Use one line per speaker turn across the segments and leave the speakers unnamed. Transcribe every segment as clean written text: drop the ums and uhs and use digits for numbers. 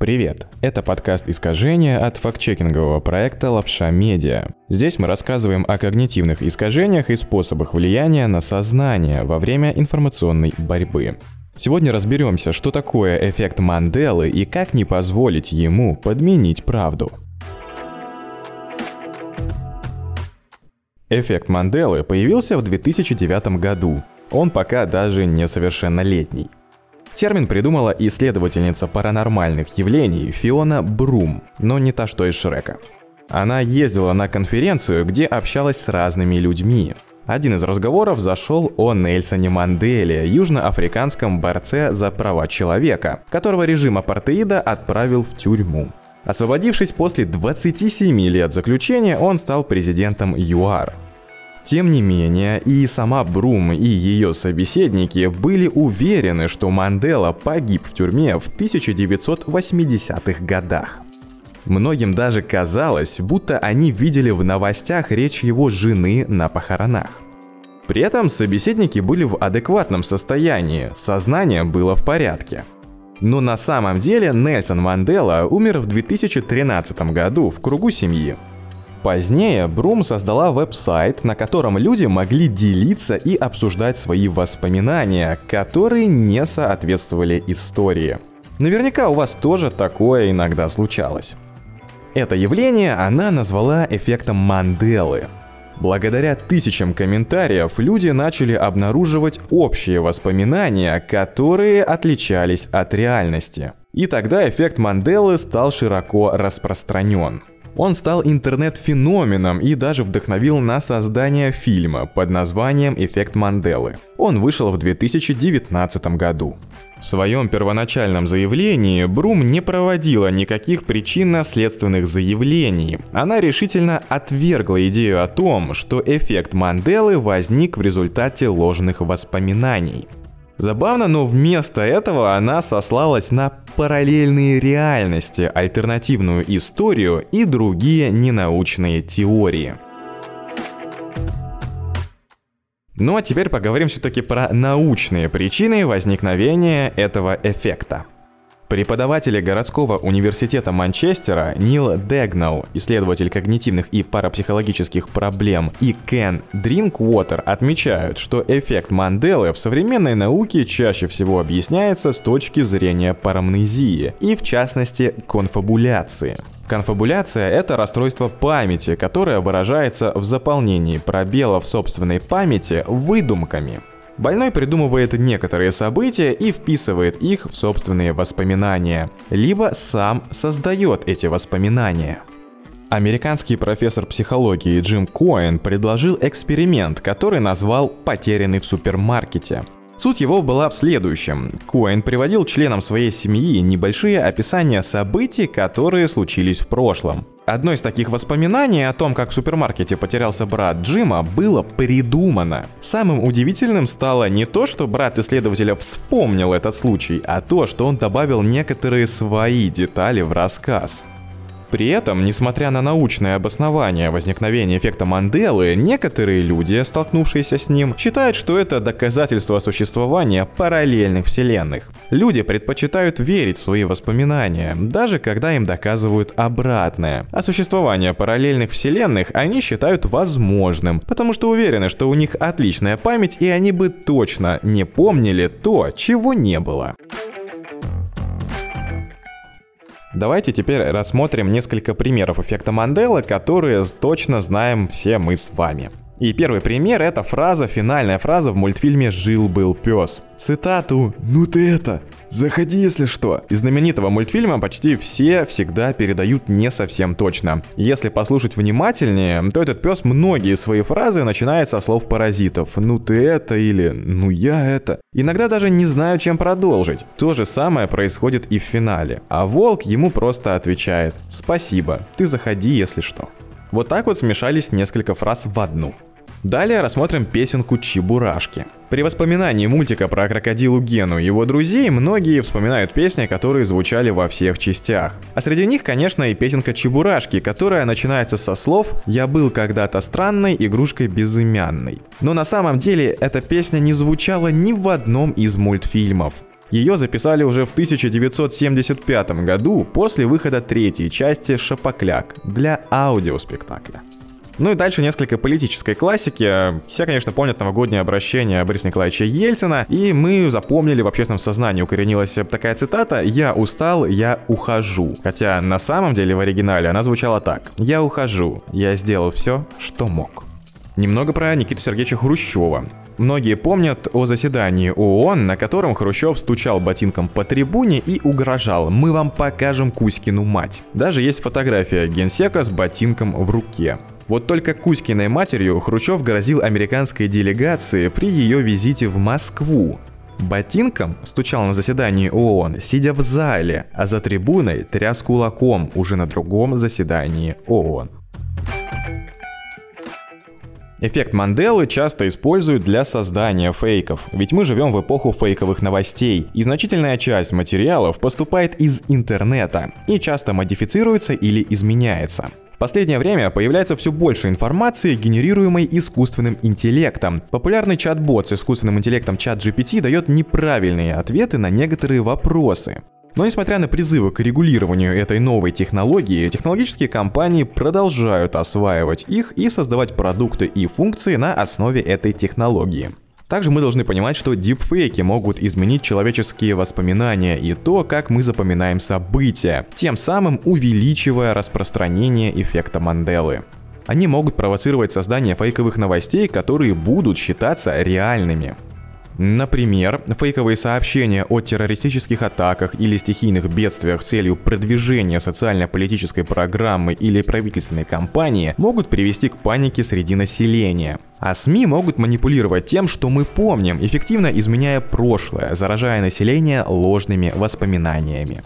Привет! Это подкаст «Искажения» от фактчекингового проекта «Лапша Медиа». Здесь мы рассказываем о когнитивных искажениях и способах влияния на сознание во время информационной борьбы. Сегодня разберемся, что такое эффект Манделы и как не позволить ему подменить правду. Эффект Манделы появился в 2009 году. Он пока даже несовершеннолетний. Термин придумала исследовательница паранормальных явлений Фиона Брум, но не та, что из Шрека. Она ездила на конференцию, где общалась с разными людьми. Один из разговоров зашел о Нельсоне Манделе, южноафриканском борце за права человека, которого режим апартеида отправил в тюрьму. Освободившись после 27 лет заключения, он стал президентом ЮАР. Тем не менее, и сама Брум, и ее собеседники были уверены, что Мандела погиб в тюрьме в 1980-х годах. Многим даже казалось, будто они видели в новостях речь его жены на похоронах. При этом собеседники были в адекватном состоянии, сознание было в порядке. Но на самом деле Нельсон Мандела умер в 2013 году в кругу семьи. Позднее Брум создала веб-сайт, на котором люди могли делиться и обсуждать свои воспоминания, которые не соответствовали истории. Наверняка у вас тоже такое иногда случалось. Это явление она назвала эффектом Манделы. Благодаря тысячам комментариев люди начали обнаруживать общие воспоминания, которые отличались от реальности. И тогда эффект Манделы стал широко распространен. Он стал интернет-феноменом и даже вдохновил на создание фильма под названием «Эффект Манделы». Он вышел в 2019 году. В своем первоначальном заявлении Брум не проводила никаких причинно-следственных заявлений. Она решительно отвергла идею о том, что эффект Манделы возник в результате ложных воспоминаний. Забавно, но вместо этого она сослалась на параллельные реальности, альтернативную историю и другие ненаучные теории. Ну а теперь поговорим все-таки про научные причины возникновения этого эффекта. Преподаватели городского университета Манчестера Нил Дэгнал, исследователь когнитивных и парапсихологических проблем, и Кен Дринквотер отмечают, что эффект Манделы в современной науке чаще всего объясняется с точки зрения парамнезии и, в частности, конфабуляции. Конфабуляция – это расстройство памяти, которое выражается в заполнении пробелов собственной памяти выдумками. Больной придумывает некоторые события и вписывает их в собственные воспоминания, либо сам создает эти воспоминания. Американский профессор психологии Джим Коэн предложил эксперимент, который назвал «Потерянный в супермаркете». Суть его была в следующем. Коэн приводил членам своей семьи небольшие описания событий, которые случились в прошлом. Одно из таких воспоминаний о том, как в супермаркете потерялся брат Джима, было придумано. Самым удивительным стало не то, что брат исследователя вспомнил этот случай, а то, что он добавил некоторые свои детали в рассказ. При этом, несмотря на научное обоснование возникновения эффекта Манделы, некоторые люди, столкнувшиеся с ним, считают, что это доказательство существования параллельных вселенных. Люди предпочитают верить в свои воспоминания, даже когда им доказывают обратное. А существование параллельных вселенных они считают возможным, потому что уверены, что у них отличная память и они бы точно не помнили то, чего не было. Давайте теперь рассмотрим несколько примеров эффекта Манделы, которые точно знаем все мы с вами. И первый пример — это финальная фраза в мультфильме «Жил-был пес». Цитату «Ну ты это, заходи, если что». Из знаменитого мультфильма почти все всегда передают не совсем точно. Если послушать внимательнее, то этот пес многие свои фразы начинает со слов паразитов «ну ты это» или «ну я это». Иногда даже не знаю, чем продолжить. То же самое происходит и в финале. А волк ему просто отвечает «спасибо, ты заходи, если что». Вот так вот смешались несколько фраз в одну. Далее рассмотрим песенку Чебурашки. При воспоминании мультика про крокодилу Гену и его друзей многие вспоминают песни, которые звучали во всех частях. А среди них, конечно, и песенка Чебурашки, которая начинается со слов «Я был когда-то странной игрушкой безымянной». Но на самом деле эта песня не звучала ни в одном из мультфильмов. Ее записали уже в 1975 году после выхода третьей части «Шапокляк» для аудиоспектакля. Ну и дальше несколько политической классики. Все, конечно, помнят новогоднее обращение Бориса Николаевича Ельцина, и мы запомнили, в общественном сознании укоренилась такая цитата: «Я устал, я ухожу». Хотя на самом деле в оригинале она звучала так: «Я ухожу, я сделал все, что мог». Немного про Никиту Сергеевича Хрущева. Многие помнят о заседании ООН, на котором Хрущев стучал ботинком по трибуне и угрожал: «Мы вам покажем Кузькину мать». Даже есть фотография генсека с ботинком в руке. Вот только Кузькиной матерью Хрущев грозил американской делегации при ее визите в Москву. Ботинком стучал на заседании ООН, сидя в зале, а за трибуной тряс кулаком уже на другом заседании ООН. Эффект Манделы часто используют для создания фейков, ведь мы живем в эпоху фейковых новостей, и значительная часть материалов поступает из интернета и часто модифицируется или изменяется. В последнее время появляется все больше информации, генерируемой искусственным интеллектом. Популярный чат-бот с искусственным интеллектом ChatGPT дает неправильные ответы на некоторые вопросы. Но несмотря на призывы к регулированию этой новой технологии, технологические компании продолжают осваивать их и создавать продукты и функции на основе этой технологии. Также мы должны понимать, что дипфейки могут изменить человеческие воспоминания и то, как мы запоминаем события, тем самым увеличивая распространение эффекта Манделы. Они могут провоцировать создание фейковых новостей, которые будут считаться реальными. Например, фейковые сообщения о террористических атаках или стихийных бедствиях с целью продвижения социально-политической программы или правительственной кампании могут привести к панике среди населения. А СМИ могут манипулировать тем, что мы помним, эффективно изменяя прошлое, заражая население ложными воспоминаниями.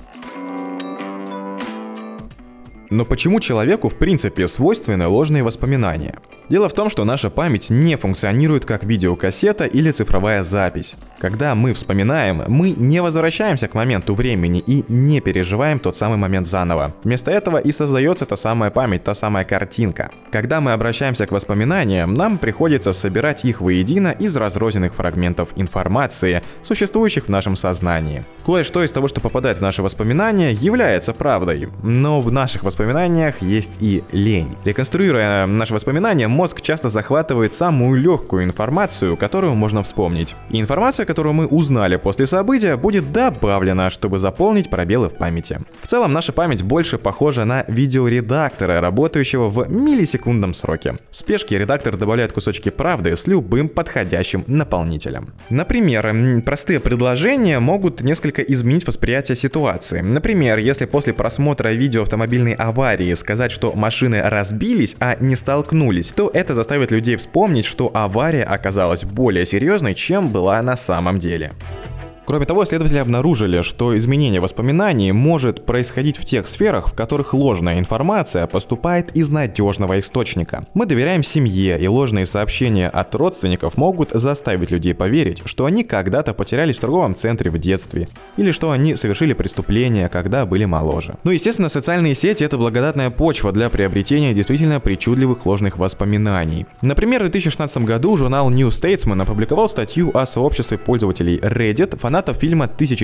Но почему человеку в принципе свойственны ложные воспоминания? Дело в том, что наша память не функционирует как видеокассета или цифровая запись. Когда мы вспоминаем, мы не возвращаемся к моменту времени и не переживаем тот самый момент заново. Вместо этого и создается та самая память, та самая картинка. Когда мы обращаемся к воспоминаниям, нам приходится собирать их воедино из разрозненных фрагментов информации, существующих в нашем сознании. Кое-что из того, что попадает в наши воспоминания, является правдой, но в наших воспоминаниях есть и лень. Реконструируя наши воспоминания, мозг часто захватывает самую легкую информацию, которую можно вспомнить. И информация, которую мы узнали после события, будет добавлена, чтобы заполнить пробелы в памяти. В целом, наша память больше похожа на видеоредактора, работающего в миллисекундном сроке. В спешке редактор добавляет кусочки правды с любым подходящим наполнителем. Например, простые предложения могут несколько изменить восприятие ситуации. Например, если после просмотра видео автомобильной аварии сказать, что машины разбились, а не столкнулись, то это заставит людей вспомнить, что авария оказалась более серьезной, чем была на самом деле. Кроме того, исследователи обнаружили, что изменение воспоминаний может происходить в тех сферах, в которых ложная информация поступает из надежного источника. Мы доверяем семье, и ложные сообщения от родственников могут заставить людей поверить, что они когда-то потерялись в торговом центре в детстве, или что они совершили преступление, когда были моложе. Ну, естественно, социальные сети — это благодатная почва для приобретения действительно причудливых ложных воспоминаний. Например, в 2016 году журнал New Statesman опубликовал статью о сообществе пользователей Reddit, фанатов фильма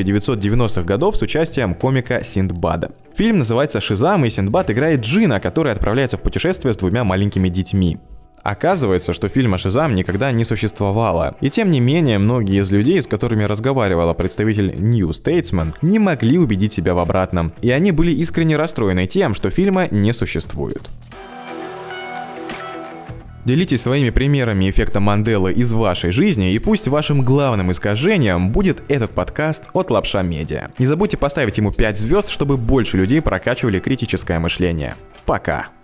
1990-х годов с участием комика Синдбада. Фильм называется «Шизам», и Синдбад играет джинна, который отправляется в путешествие с двумя маленькими детьми. Оказывается, что фильма «Шизам» никогда не существовало. И тем не менее, многие из людей, с которыми разговаривала представитель New Statesman, не могли убедить себя в обратном. И они были искренне расстроены тем, что фильма не существует. Делитесь своими примерами эффекта Манделы из вашей жизни, и пусть вашим главным искажением будет этот подкаст от Лапша Медиа. Не забудьте поставить ему 5 звезд, чтобы больше людей прокачивали критическое мышление. Пока!